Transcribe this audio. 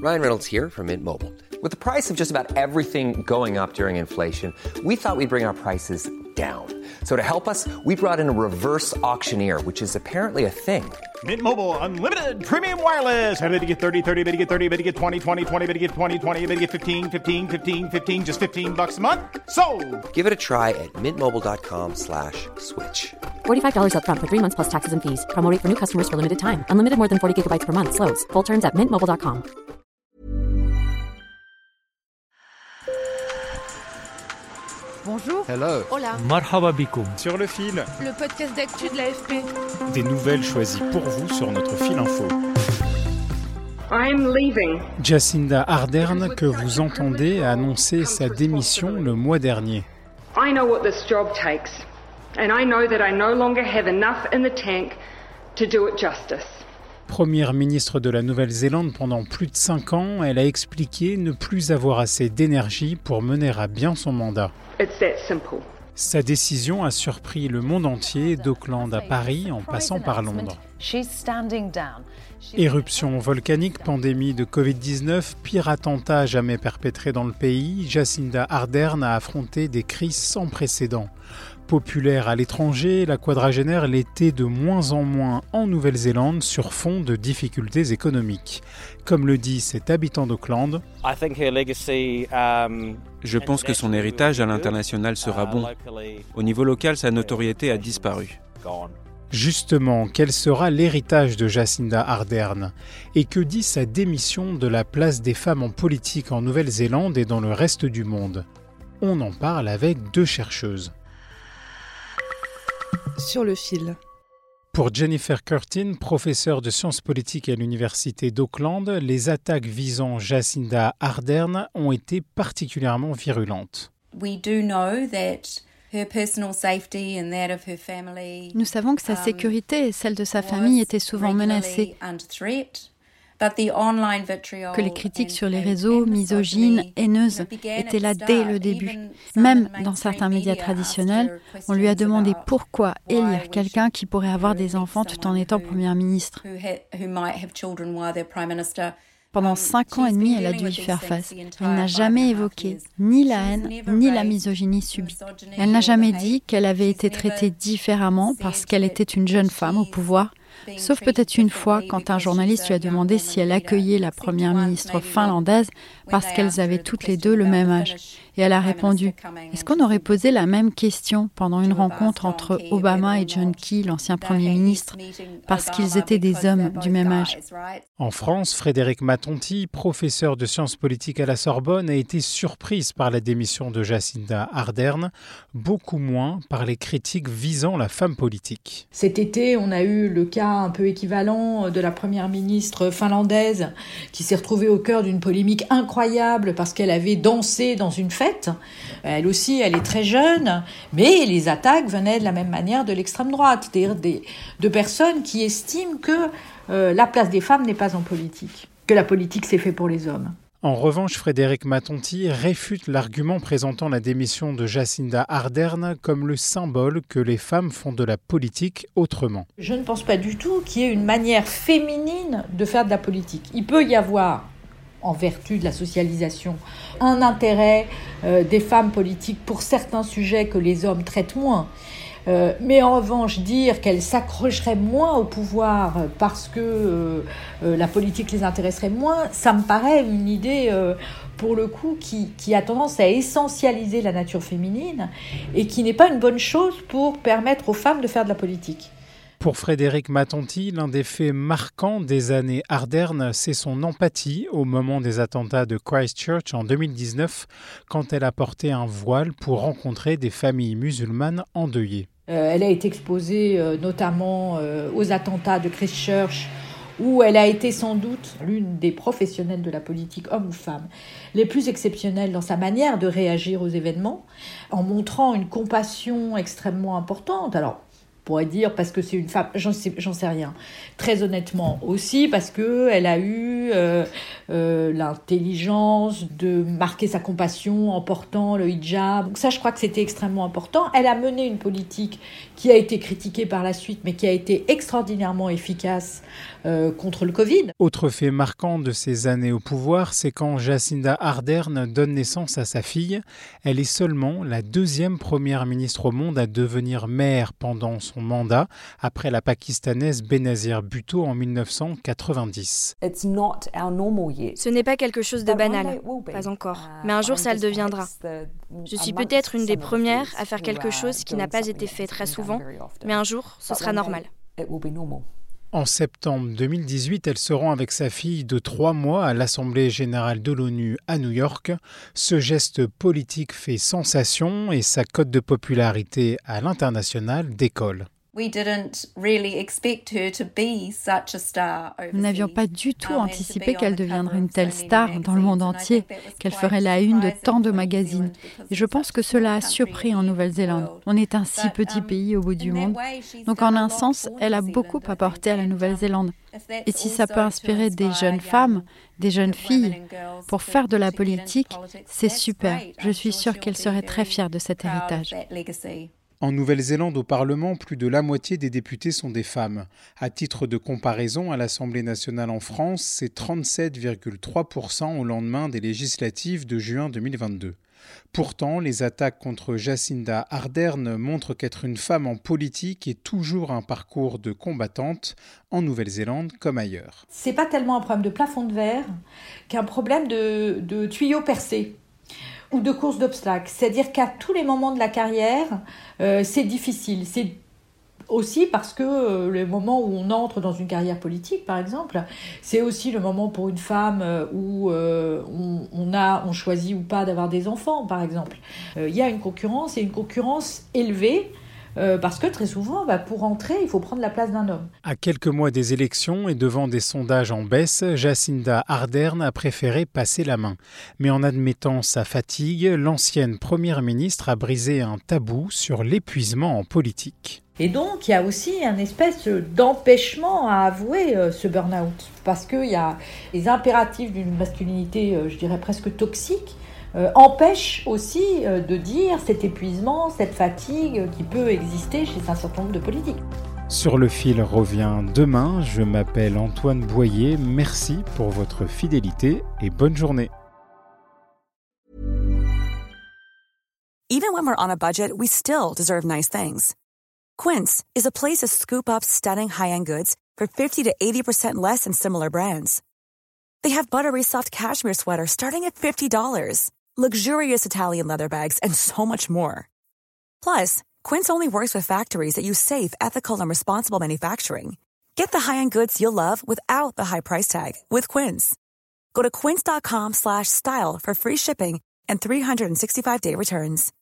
Ryan Reynolds here from Mint Mobile. With the price of just about everything going up during inflation, we thought we'd bring our prices down. So to help us, we brought in a reverse auctioneer, which is apparently a thing. Mint Mobile Unlimited Premium Wireless. How to get 30, 30, bit to get 30, bit to get 20, 20, 20, bit to get 20, 20, bit to get 15, 15, 15, 15, just $15 a month? Sold! Give it a try at mintmobile.com/switch. $45 up front for 3 months plus taxes and fees. Promo rate for new customers for limited time. Unlimited more than 40 gigabytes per month. Slows full terms at mintmobile.com. Bonjour. Hello. Hola. Marhaba bikoum. Sur le fil. Le podcast d'actu de l'AFP. Des nouvelles choisies pour vous sur notre fil info. I'm leaving. Jacinda Ardern, que vous entendez, a annoncé sa démission le mois dernier. I know what this job takes, and I know that I no longer have enough in the tank to do it justice. Première ministre de la Nouvelle-Zélande pendant plus de 5 ans, elle a expliqué ne plus avoir assez d'énergie pour mener à bien son mandat. It's that simple. Sa décision a surpris le monde entier, d'Auckland à Paris en passant par Londres. Éruption volcanique, pandémie de Covid-19, pire attentat jamais perpétré dans le pays, Jacinda Ardern a affronté des crises sans précédent. Populaire à l'étranger, la quadragénaire l'était de moins en moins en Nouvelle-Zélande sur fond de difficultés économiques. Comme le dit cet habitant d'Auckland, je pense que son héritage à l'international sera bon. Au niveau local, sa notoriété a disparu. Justement, quel sera l'héritage de Jacinda Ardern? Et que dit sa démission de la place des femmes en politique en Nouvelle-Zélande et dans le reste du monde? On en parle avec 2 chercheuses. Sur le fil. Pour Jennifer Curtin, professeure de sciences politiques à l'université d'Auckland, les attaques visant Jacinda Ardern ont été particulièrement virulentes. Nous savons que sa sécurité et celle de sa famille étaient souvent menacées, que les critiques sur les réseaux, misogynes, haineuses, étaient là dès le début. Même dans certains médias traditionnels, on lui a demandé pourquoi élire quelqu'un qui pourrait avoir des enfants tout en étant Premier ministre. Pendant 5 ans et demi, elle a dû y faire face. Elle n'a jamais évoqué ni la haine, ni la misogynie subie. Elle n'a jamais dit qu'elle avait été traitée différemment parce qu'elle était une jeune femme au pouvoir, sauf peut-être une fois quand un journaliste lui a demandé si elle accueillait la première ministre finlandaise parce qu'elles avaient toutes les deux le même âge. Et elle a répondu « Est-ce qu'on aurait posé la même question pendant une rencontre entre Obama et John Key, l'ancien Premier ministre, parce qu'ils étaient des hommes du même âge ?» En France, Frédéric Matonti, professeur de sciences politiques à la Sorbonne, a été surprise par la démission de Jacinda Ardern, beaucoup moins par les critiques visant la femme politique. Cet été, on a eu le cas un peu équivalent de la première ministre finlandaise qui s'est retrouvée au cœur d'une polémique incroyable parce qu'elle avait dansé dans une fête. Elle aussi, elle est très jeune, mais les attaques venaient de la même manière de l'extrême droite, c'est-à-dire de personnes qui estiment que la place des femmes n'est pas en politique, que la politique c'est fait pour les hommes. En revanche, Frédéric Matonti réfute l'argument présentant la démission de Jacinda Ardern comme le symbole que les femmes font de la politique autrement. Je ne pense pas du tout qu'il y ait une manière féminine de faire de la politique. Il peut y avoir, en vertu de la socialisation, un intérêt des femmes politiques pour certains sujets que les hommes traitent moins. Mais en revanche, dire qu'elles s'accrocheraient moins au pouvoir parce que la politique les intéresserait moins, ça me paraît une idée, pour le coup, qui a tendance à essentialiser la nature féminine et qui n'est pas une bonne chose pour permettre aux femmes de faire de la politique. Pour Frédéric Matonti, l'un des faits marquants des années Ardern, c'est son empathie au moment des attentats de Christchurch en 2019, quand elle a porté un voile pour rencontrer des familles musulmanes endeuillées. Elle a été exposée notamment aux attentats de Christchurch, où elle a été sans doute l'une des professionnelles de la politique, hommes ou femmes, les plus exceptionnelles dans sa manière de réagir aux événements, en montrant une compassion extrêmement importante. Alors, on pourrait dire parce que c'est une femme, j'en sais rien. Très honnêtement aussi parce qu'elle a eu l'intelligence de marquer sa compassion en portant le hijab. Donc ça, je crois que c'était extrêmement important. Elle a mené une politique qui a été critiquée par la suite, mais qui a été extraordinairement efficace contre le Covid. Autre fait marquant de ces années au pouvoir, c'est quand Jacinda Ardern donne naissance à sa fille. Elle est seulement la deuxième première ministre au monde à devenir mère pendant son mandat, après la pakistanaise Benazir Bhutto en 1990. Ce n'est pas quelque chose de banal, pas encore, mais un jour ça le deviendra. Je suis peut-être une des premières à faire quelque chose qui n'a pas été fait très souvent, mais un jour ce sera normal. En septembre 2018, elle se rend avec sa fille de 3 mois à l'Assemblée générale de l'ONU à New York. Ce geste politique fait sensation et sa cote de popularité à l'international décolle. Nous n'avions pas du tout anticipé qu'elle deviendrait une telle star dans le monde entier, qu'elle ferait la une de tant de magazines. Et je pense que cela a surpris en Nouvelle-Zélande. On est un si petit pays au bout du monde. Donc en un sens, elle a beaucoup apporté à la Nouvelle-Zélande. Et si ça peut inspirer des jeunes femmes, des jeunes filles, pour faire de la politique, c'est super. Je suis sûre qu'elle serait très fière de cet héritage. En Nouvelle-Zélande, au Parlement, plus de la moitié des députés sont des femmes. À titre de comparaison, à l'Assemblée nationale en France, c'est 37,3% au lendemain des législatives de juin 2022. Pourtant, les attaques contre Jacinda Ardern montrent qu'être une femme en politique est toujours un parcours de combattante, en Nouvelle-Zélande comme ailleurs. C'est pas tellement un problème de plafond de verre qu'un problème de tuyaux percés ou de course d'obstacles. C'est-à-dire qu'à tous les moments de la carrière, c'est difficile. C'est aussi parce que le moment où on entre dans une carrière politique, par exemple, c'est aussi le moment pour une femme où on choisit ou pas d'avoir des enfants, par exemple. Il y a une concurrence, et une concurrence élevée, parce que très souvent, pour entrer, il faut prendre la place d'un homme. À quelques mois des élections et devant des sondages en baisse, Jacinda Ardern a préféré passer la main. Mais en admettant sa fatigue, l'ancienne première ministre a brisé un tabou sur l'épuisement en politique. Et donc, il y a aussi une espèce d'empêchement à avouer ce burn-out. Parce qu'il y a les impératifs d'une masculinité, je dirais presque toxique, empêche aussi de dire cet épuisement, cette fatigue qui peut exister chez un certain nombre de politiques. Sur le fil revient demain. Je m'appelle Antoine Boyer. Merci pour votre fidélité et bonne journée. Even when we're on a budget, we still deserve nice things. Quince is a place to scoop up stunning high-end goods for 50 to 80% less than similar brands. They have buttery soft cashmere sweaters starting at $50, luxurious Italian leather bags, and so much more. Plus, Quince only works with factories that use safe, ethical, and responsible manufacturing. Get the high-end goods you'll love without the high price tag with Quince. Go to quince.com/style for free shipping and 365-day returns.